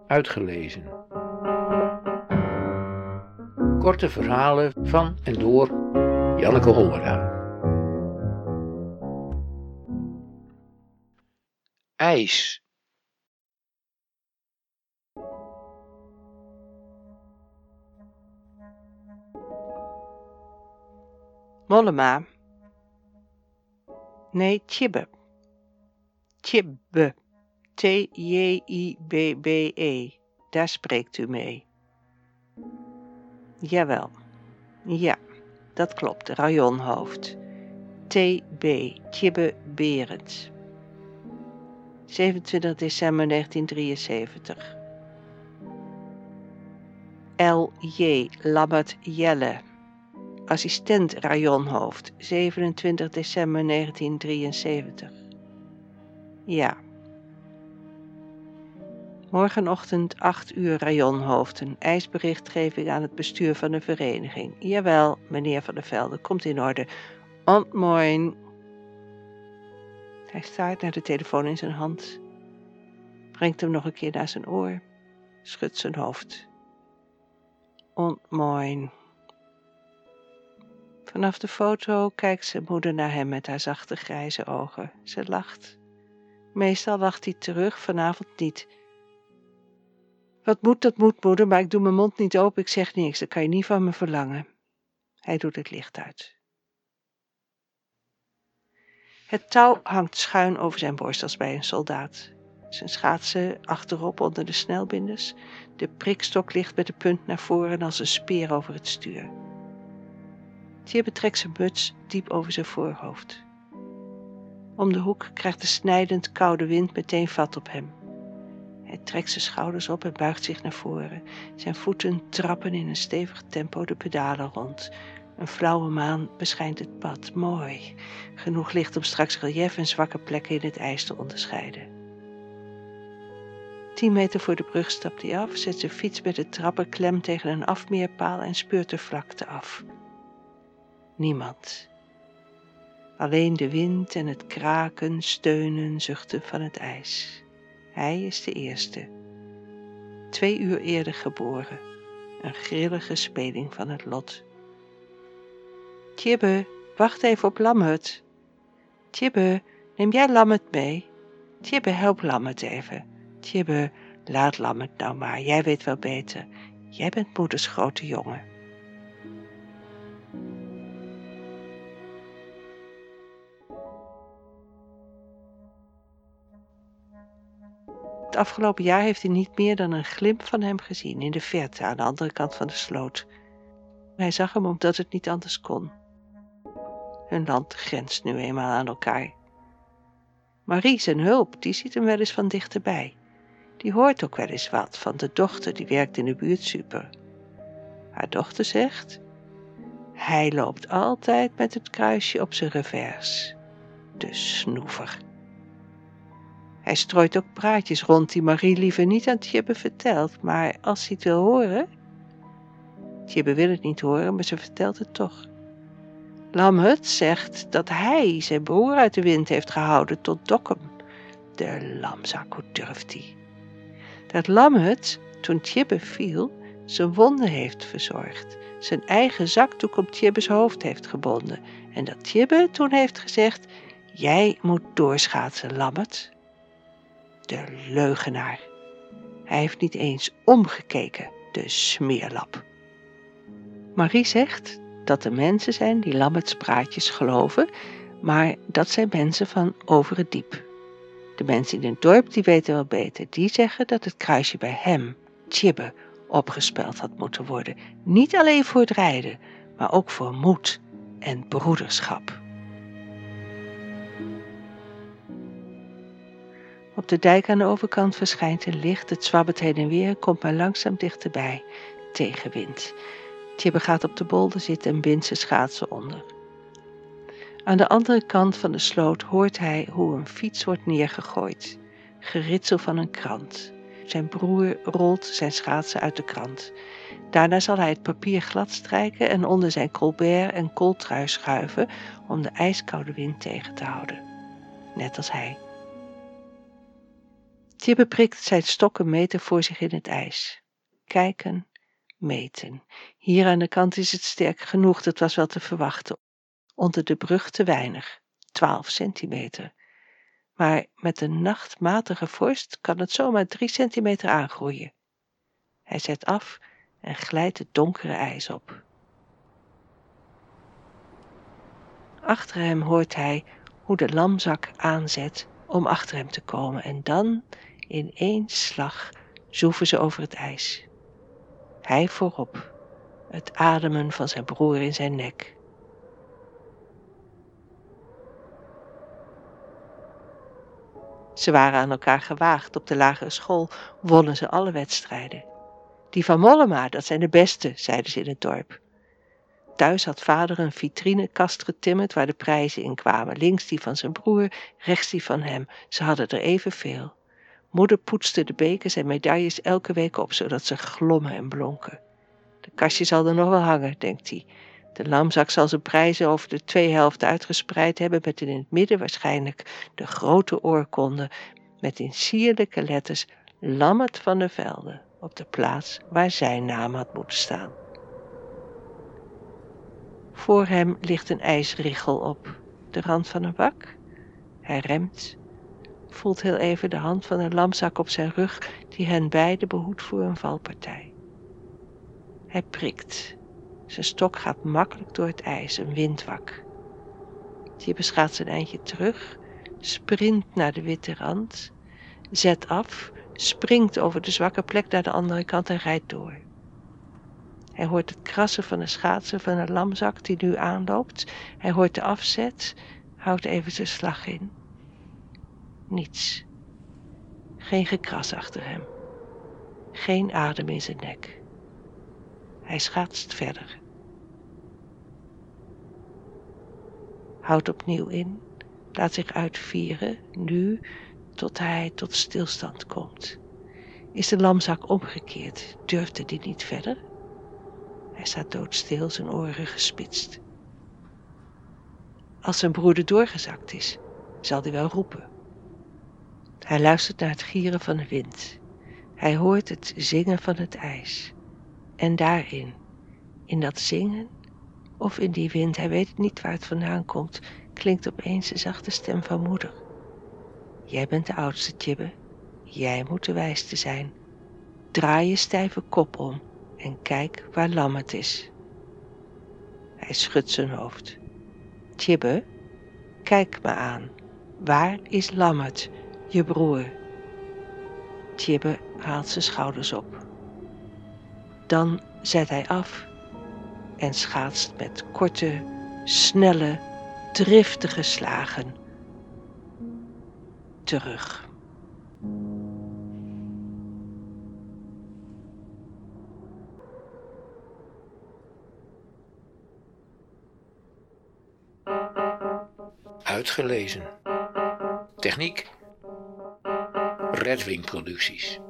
uitgelezen. Korte verhalen van en door Janneke Hollera. IJs. Mollema. Nee, Tjibbe. Tjibbe. T-J-I-B-B-E. Daar spreekt u mee. Jawel. Ja, dat klopt. Rajonhoofd. T.B. Tjibbe Berends. 27 december 1973. L.J. Lammert Jelle. Assistent Rajonhoofd. 27 december 1973. Ja. Morgenochtend 8 uur Rajonhoofd. Een ijsberichtgeving aan het bestuur van de vereniging. Jawel, meneer Van der Velde, komt in orde. Moin. Hij staart naar de telefoon in zijn hand. Brengt hem nog een keer naar zijn oor. Schudt zijn hoofd. Moin. Vanaf de foto kijkt zijn moeder naar hem met haar zachte grijze ogen. Ze lacht. Meestal lacht hij terug, vanavond niet. Wat moet, dat moet, moeder, maar ik doe mijn mond niet open, ik zeg niks, dat kan je niet van me verlangen. Hij doet het licht uit. Het touw hangt schuin over zijn borst als bij een soldaat. Zijn schaatsen achterop onder de snelbinders. De prikstok ligt met de punt naar voren als een speer over het stuur. Tjibbe trekt zijn muts diep over zijn voorhoofd. Om de hoek krijgt de snijdend koude wind meteen vat op hem. Hij trekt zijn schouders op en buigt zich naar voren. Zijn voeten trappen in een stevig tempo de pedalen rond. Een flauwe maan beschijnt het pad. Mooi. Genoeg licht om straks relief en zwakke plekken in het ijs te onderscheiden. 10 meter voor de brug stapt hij af, zet zijn fiets met de trappen klem tegen een afmeerpaal en speurt de vlakte af. Niemand. Alleen de wind en het kraken, steunen, zuchten van het ijs. Hij is de eerste. 2 uur eerder geboren. Een grillige speling van het lot. Tjibbe, wacht even op Lammert. Tjibbe, neem jij Lammert mee? Tjibbe, help Lammert even. Tjibbe, laat Lammert nou maar, jij weet wel beter. Jij bent moeders grote jongen. Het afgelopen jaar heeft hij niet meer dan een glimp van hem gezien in de verte aan de andere kant van de sloot. Hij zag hem omdat het niet anders kon. Hun land grenst nu eenmaal aan elkaar. Marie, zijn hulp, die ziet hem wel eens van dichterbij. Die hoort ook wel eens wat van de dochter die werkt in de buurtsuper. Haar dochter zegt: hij loopt altijd met het kruisje op zijn revers. De snoever. Hij strooit ook praatjes rond die Marie liever niet aan Tjibbe vertelt, maar als hij het wil horen... Tjibbe wil het niet horen, maar ze vertelt het toch. Lammert zegt dat hij zijn broer uit de wind heeft gehouden tot Dokkum. De lamzak, hoe durft hij? Dat Lammert, toen Tjibbe viel, zijn wonden heeft verzorgd. Zijn eigen zakdoek om Tjibbe's hoofd heeft gebonden. En dat Tjibbe toen heeft gezegd: jij moet doorschaatsen, Lammert. De leugenaar. Hij heeft niet eens omgekeken, de smeerlap. Marie zegt dat er mensen zijn die Lammerts praatjes geloven, maar dat zijn mensen van over het diep. De mensen in het dorp die weten wel beter. Die zeggen dat het kruisje bij hem, Tjibbe, opgespeld had moeten worden. Niet alleen voor het rijden, maar ook voor moed en broederschap. Op de dijk aan de overkant verschijnt een licht. Het zwabbert heen en weer, komt maar langzaam dichterbij. Tegenwind. Tjibbe gaat op de bolder zitten en bindt zijn schaatsen onder. Aan de andere kant van de sloot hoort hij hoe een fiets wordt neergegooid. Geritsel van een krant. Zijn broer rolt zijn schaatsen uit de krant. Daarna zal hij het papier glad strijken en onder zijn colbert en kooltrui schuiven om de ijskoude wind tegen te houden. Net als hij. Tjibbe prikt zijn stok een meter voor zich in het ijs. Kijken, meten. Hier aan de kant is het sterk genoeg, dat was wel te verwachten. Onder de brug te weinig, 12 centimeter. Maar met een nachtmatige vorst kan het zomaar 3 centimeter aangroeien. Hij zet af en glijdt het donkere ijs op. Achter hem hoort hij hoe de lamzak aanzet om achter hem te komen en dan, in één slag, zoeven ze over het ijs. Hij voorop, het ademen van zijn broer in zijn nek. Ze waren aan elkaar gewaagd. Op de lagere school wonnen ze alle wedstrijden. Die van Mollema, dat zijn de beste, zeiden ze in het dorp. Thuis had vader een vitrinekast getimmerd waar de prijzen in kwamen. Links die van zijn broer, rechts die van hem. Ze hadden er evenveel. Moeder poetste de bekers en medailles elke week op, zodat ze glommen en blonken. De kastje zal er nog wel hangen, denkt hij. De lamzak zal zijn prijzen over de 2 helften uitgespreid hebben, met in het midden waarschijnlijk de grote oorkonde, met in sierlijke letters Lammert van der Velde, op de plaats waar zijn naam had moeten staan. Voor hem ligt een ijsriggel op de rand van een bak. Hij remt, voelt heel even de hand van de lamzak op zijn rug, die hen beiden behoedt voor een valpartij. Hij prikt. Zijn stok gaat makkelijk door het ijs, een windwak. Tjibbe schaatst een eindje terug, sprint naar de witte rand, zet af, springt over de zwakke plek naar de andere kant en rijdt door. Hij hoort het krassen van de schaatsen van een lamzak die nu aanloopt. Hij hoort de afzet, houdt even zijn slag in. Niets. Geen gekras achter hem. Geen adem in zijn nek. Hij schaatst verder. Houdt opnieuw in, laat zich uitvieren, nu tot hij tot stilstand komt. Is de lamzak omgekeerd, durfde die niet verder? Hij staat doodstil, zijn oren gespitst. Als zijn broer er doorgezakt is, zal hij wel roepen. Hij luistert naar het gieren van de wind. Hij hoort het zingen van het ijs. En daarin, in dat zingen, of in die wind, hij weet niet waar het vandaan komt, klinkt opeens de zachte stem van moeder. Jij bent de oudste, Tjibbe. Jij moet de wijste zijn. Draai je stijve kop om en kijk waar Lammert is. Hij schudt zijn hoofd. Tjibbe, kijk me aan. Waar is Lammert, je broer? Tjibbe haalt zijn schouders op. Dan zet hij af en schaatst met korte, snelle, driftige slagen terug. Uitgelezen. Techniek. Redwing Producties.